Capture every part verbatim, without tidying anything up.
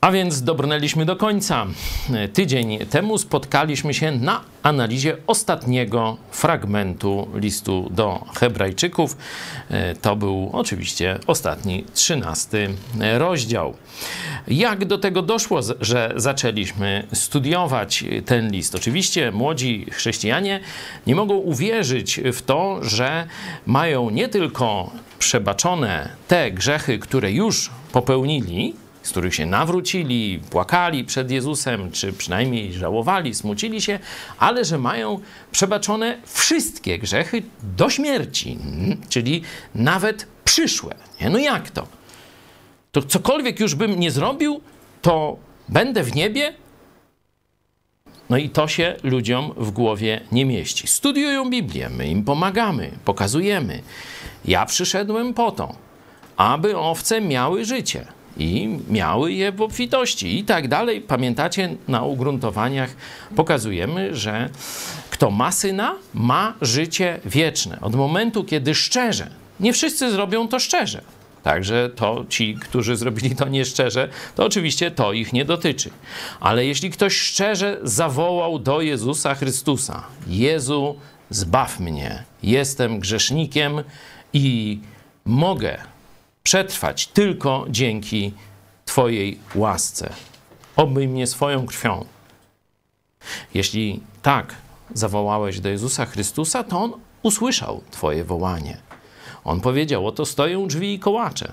A więc dobrnęliśmy do końca. Tydzień temu spotkaliśmy się na analizie ostatniego fragmentu listu do Hebrajczyków. To był oczywiście ostatni, trzynasty rozdział. Jak do tego doszło, że zaczęliśmy studiować ten list? Oczywiście młodzi chrześcijanie nie mogą uwierzyć w to, że mają nie tylko przebaczone te grzechy, które już popełnili, z których się nawrócili, płakali przed Jezusem, czy przynajmniej żałowali, smucili się, ale że mają przebaczone wszystkie grzechy do śmierci, czyli nawet przyszłe. Nie? No jak to? To cokolwiek już bym nie zrobił, to będę w niebie? No i to się ludziom w głowie nie mieści. Studiują Biblię, my im pomagamy, pokazujemy. Ja przyszedłem po to, aby owce miały życie i miały je w obfitości i tak dalej. Pamiętacie, na ugruntowaniach pokazujemy, że kto ma Syna, ma życie wieczne. Od momentu, kiedy szczerze, nie wszyscy zrobią to szczerze, także to ci, którzy zrobili to nieszczerze, to oczywiście to ich nie dotyczy. Ale jeśli ktoś szczerze zawołał do Jezusa Chrystusa: Jezu, zbaw mnie, jestem grzesznikiem i mogę przetrwać tylko dzięki Twojej łasce. Obmyj mnie swoją krwią. Jeśli tak zawołałeś do Jezusa Chrystusa, to On usłyszał Twoje wołanie. On powiedział: oto stoją drzwi i kołacze.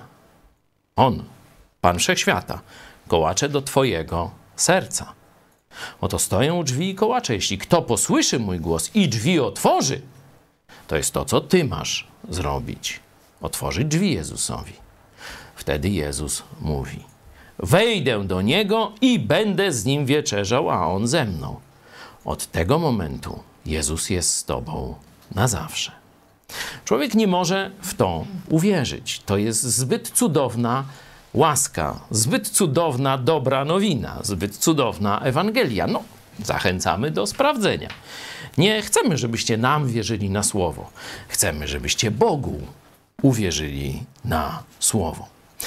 On, Pan Wszechświata, kołacze do Twojego serca. Oto stoją drzwi i kołacze. Jeśli kto posłyszy mój głos i drzwi otworzy, to jest to, co Ty masz zrobić. Otworzyć drzwi Jezusowi. Wtedy Jezus mówi: wejdę do Niego i będę z Nim wieczerzał, a On ze mną. Od tego momentu Jezus jest z Tobą na zawsze. Człowiek nie może w to uwierzyć. To jest zbyt cudowna łaska, zbyt cudowna dobra nowina, zbyt cudowna Ewangelia. No, zachęcamy do sprawdzenia. Nie chcemy, żebyście nam wierzyli na słowo. Chcemy, żebyście Bogu uwierzyli na słowo.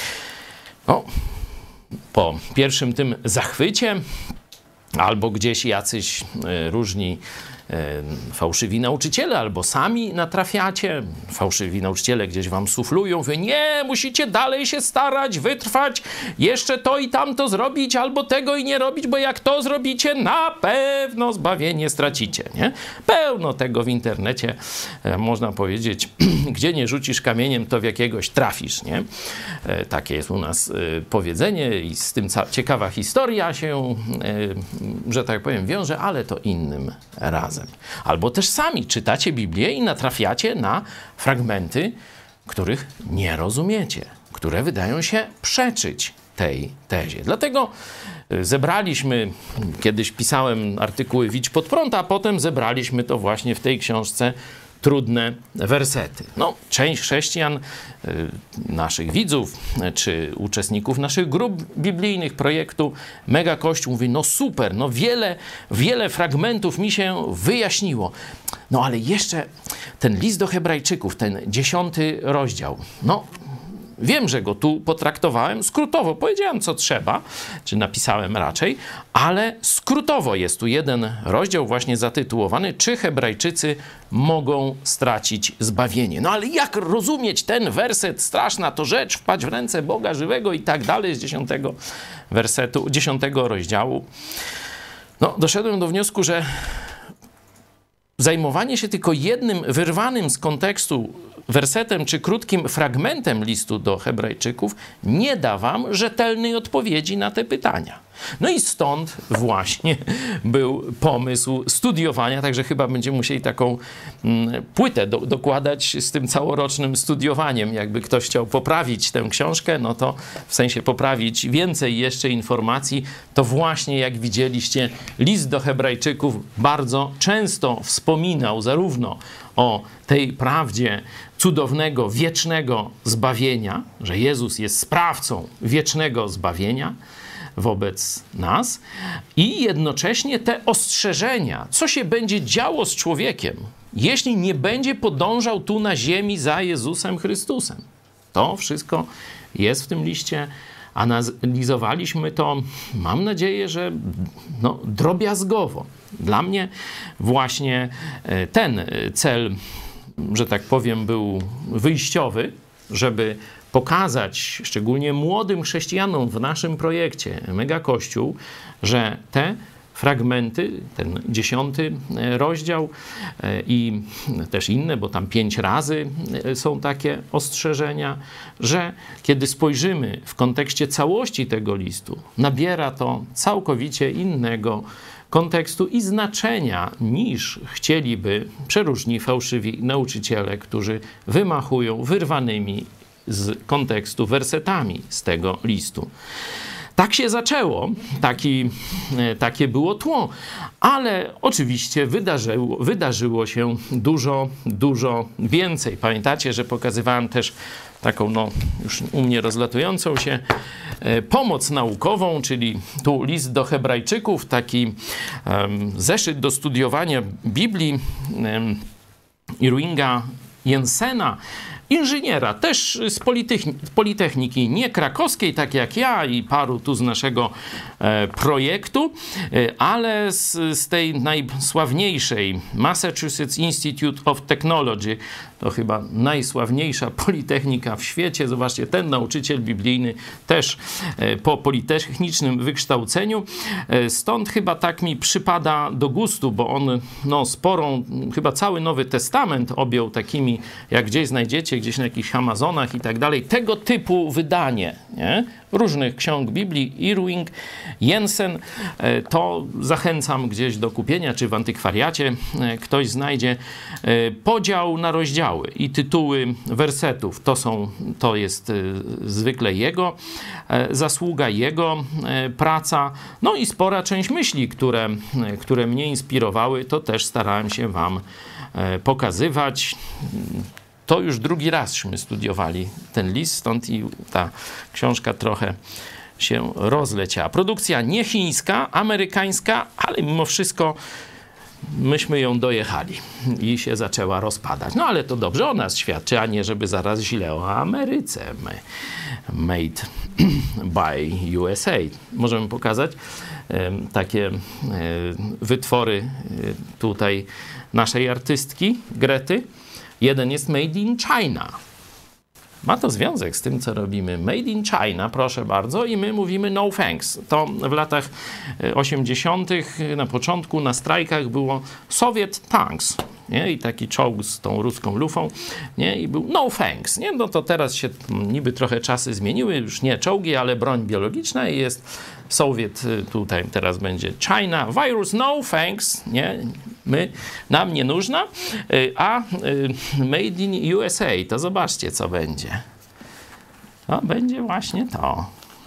No, po pierwszym tym zachwycie, albo gdzieś jacyś y, różni y, fałszywi nauczyciele, albo sami natrafiacie, fałszywi nauczyciele gdzieś wam suflują, wy nie, musicie dalej się starać, wytrwać, jeszcze to i tamto zrobić, albo tego i nie robić, bo jak to zrobicie, na pewno zbawienie stracicie, nie? Pełno tego w internecie, e, można powiedzieć, gdzie nie rzucisz kamieniem, to w jakiegoś trafisz, nie? E, takie jest u nas e, powiedzenie i z tym ciekawa historia się, e, że tak powiem, wiąże, ale to innym razem. Albo też sami czytacie Biblię i natrafiacie na fragmenty, których nie rozumiecie, które wydają się przeczyć tej tezie. Dlatego zebraliśmy, kiedyś pisałem artykuły Widź pod prąd, a potem zebraliśmy to właśnie w tej książce Trudne wersety. No, część chrześcijan, naszych widzów, czy uczestników naszych grup biblijnych projektu Mega Kościół mówi: no super, no wiele, wiele fragmentów mi się wyjaśniło. No ale jeszcze ten list do Hebrajczyków, ten dziesiąty rozdział, no wiem, że go tu potraktowałem skrótowo. Powiedziałem, co trzeba, czy napisałem raczej, ale skrótowo jest tu jeden rozdział właśnie zatytułowany: czy Hebrajczycy mogą stracić zbawienie? No ale jak rozumieć ten werset? Straszna to rzecz, wpaść w ręce Boga żywego i tak dalej, z dziesiątego wersetu, dziesiątego rozdziału. No, doszedłem do wniosku, że zajmowanie się tylko jednym wyrwanym z kontekstu wersetem czy krótkim fragmentem listu do Hebrajczyków nie da wam rzetelnej odpowiedzi na te pytania. No i stąd właśnie był pomysł studiowania, także chyba będziemy musieli taką mm, płytę do, dokładać z tym całorocznym studiowaniem. Jakby ktoś chciał poprawić tę książkę, no to w sensie poprawić więcej jeszcze informacji, to właśnie jak widzieliście, list do Hebrajczyków bardzo często wspominał zarówno o tej prawdzie cudownego, wiecznego zbawienia, że Jezus jest sprawcą wiecznego zbawienia wobec nas, i jednocześnie te ostrzeżenia, co się będzie działo z człowiekiem, jeśli nie będzie podążał tu na ziemi za Jezusem Chrystusem. To wszystko jest w tym liście, analizowaliśmy to, mam nadzieję, że no, drobiazgowo. Dla mnie właśnie ten cel, że tak powiem, był wyjściowy, żeby pokazać szczególnie młodym chrześcijanom w naszym projekcie Mega Kościół, że te fragmenty, ten dziesiąty rozdział i też inne, bo tam pięć razy są takie ostrzeżenia, że kiedy spojrzymy w kontekście całości tego listu, nabiera to całkowicie innego kontekstu i znaczenia niż chcieliby przeróżni fałszywi nauczyciele, którzy wymachują wyrwanymi z kontekstu wersetami z tego listu. Tak się zaczęło, taki, takie było tło, ale oczywiście wydarzyło, wydarzyło się dużo, dużo więcej. Pamiętacie, że pokazywałem też taką, no, już u mnie rozlatującą się e, pomoc naukową, czyli tu list do Hebrajczyków, taki um, zeszyt do studiowania Biblii um, Irvinga Jensena, inżyniera, też z Politechniki, nie krakowskiej, tak jak ja i paru tu z naszego e, projektu, e, ale z, z tej najsławniejszej Massachusetts Institute of Technology, to chyba najsławniejsza politechnika w świecie. Zobaczcie, ten nauczyciel biblijny też e, po politechnicznym wykształceniu. E, stąd chyba tak mi przypada do gustu, bo on no, sporą, chyba cały Nowy Testament objął takimi, jak gdzieś znajdziecie, gdzieś na jakichś Amazonach i tak dalej, tego typu wydanie, nie? Różnych ksiąg Biblii, Irving, Jensen, to zachęcam gdzieś do kupienia, czy w antykwariacie ktoś znajdzie. Podział na rozdziały i tytuły wersetów, to są, to jest zwykle jego zasługa, jego praca, no i spora część myśli, które, które mnie inspirowały, to też starałem się wam pokazywać. To już drugi razśmy studiowali ten list, stąd i ta książka trochę się rozleciała. Produkcja nie chińska, amerykańska, ale mimo wszystko myśmy ją dojechali i się zaczęła rozpadać. No ale to dobrze o nas świadczy, a nie żeby zaraz źle o Ameryce. Made by U S A. Możemy pokazać e, takie e, wytwory e, tutaj naszej artystki Grety. Jeden jest Made in China. Ma to związek z tym, co robimy. Made in China, proszę bardzo, i my mówimy no thanks. To w latach osiemdziesiątych na początku na strajkach było Soviet Tanks, nie? I taki czołg z tą ruską lufą, nie? I był no thanks, nie? No to teraz się niby trochę czasy zmieniły, już nie czołgi, ale broń biologiczna i jest Soviet, tutaj teraz będzie China, virus no thanks, nie? My, nam nie нужно, a made in U S A, to zobaczcie, co będzie. To będzie właśnie to.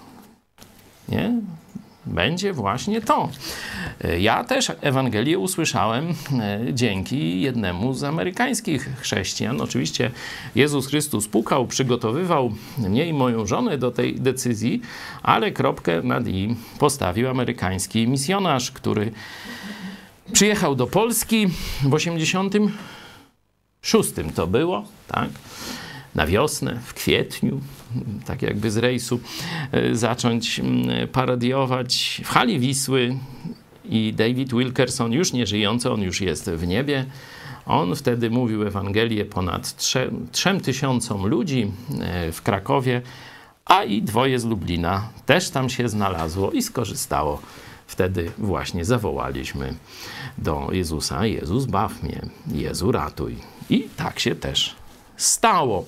Nie? Będzie właśnie to. Ja też Ewangelię usłyszałem dzięki jednemu z amerykańskich chrześcijan. Oczywiście Jezus Chrystus pukał, przygotowywał mnie i moją żonę do tej decyzji, ale kropkę nad i postawił amerykański misjonarz, który przyjechał do Polski w osiemdziesiątym szóstym to było, tak? Na wiosnę, w kwietniu, tak jakby z rejsu zacząć parodiować w hali Wisły i David Wilkerson, już nie żyjący, on już jest w niebie. On wtedy mówił Ewangelię ponad trze, trzem tysiącom ludzi w Krakowie, a i dwoje z Lublina też tam się znalazło i skorzystało. Wtedy właśnie zawołaliśmy do Jezusa: Jezus, baw mnie, Jezu, ratuj. I tak się też stało.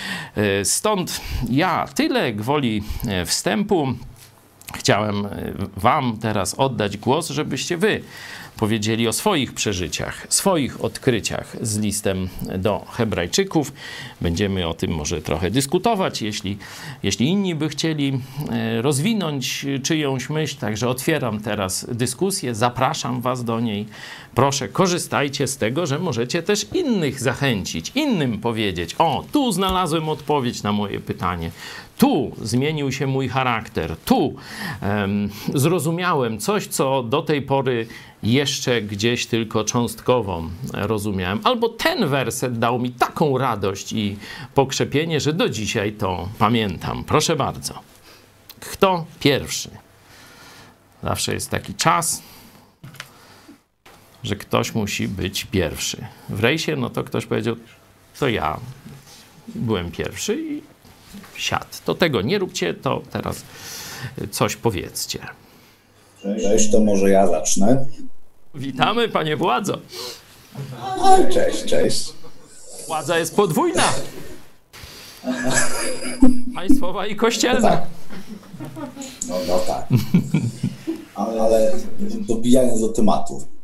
Stąd ja tyle gwoli wstępu. Chciałem wam teraz oddać głos, żebyście wy powiedzieli o swoich przeżyciach, swoich odkryciach z listem do Hebrajczyków. Będziemy o tym może trochę dyskutować, jeśli, jeśli inni by chcieli rozwinąć czyjąś myśl. Także otwieram teraz dyskusję, zapraszam was do niej. Proszę, korzystajcie z tego, że możecie też innych zachęcić, innym powiedzieć: o, tu znalazłem odpowiedź na moje pytanie, tu zmienił się mój charakter, tu um, zrozumiałem coś, co do tej pory jeszcze gdzieś tylko cząstkowo rozumiałem. Albo ten werset dał mi taką radość i pokrzepienie, że do dzisiaj to pamiętam. Proszę bardzo. Kto pierwszy? Zawsze jest taki czas, że ktoś musi być pierwszy. W rejsie, no to ktoś powiedział, to ja byłem pierwszy i siadł. To tego nie róbcie, to teraz coś powiedzcie. Cześć, to może ja zacznę. Witamy, panie władzo. Cześć, cześć. Władza jest podwójna. Państwowa i kościelna. Tak. No, no tak. Ale, ale dobijając do tematu.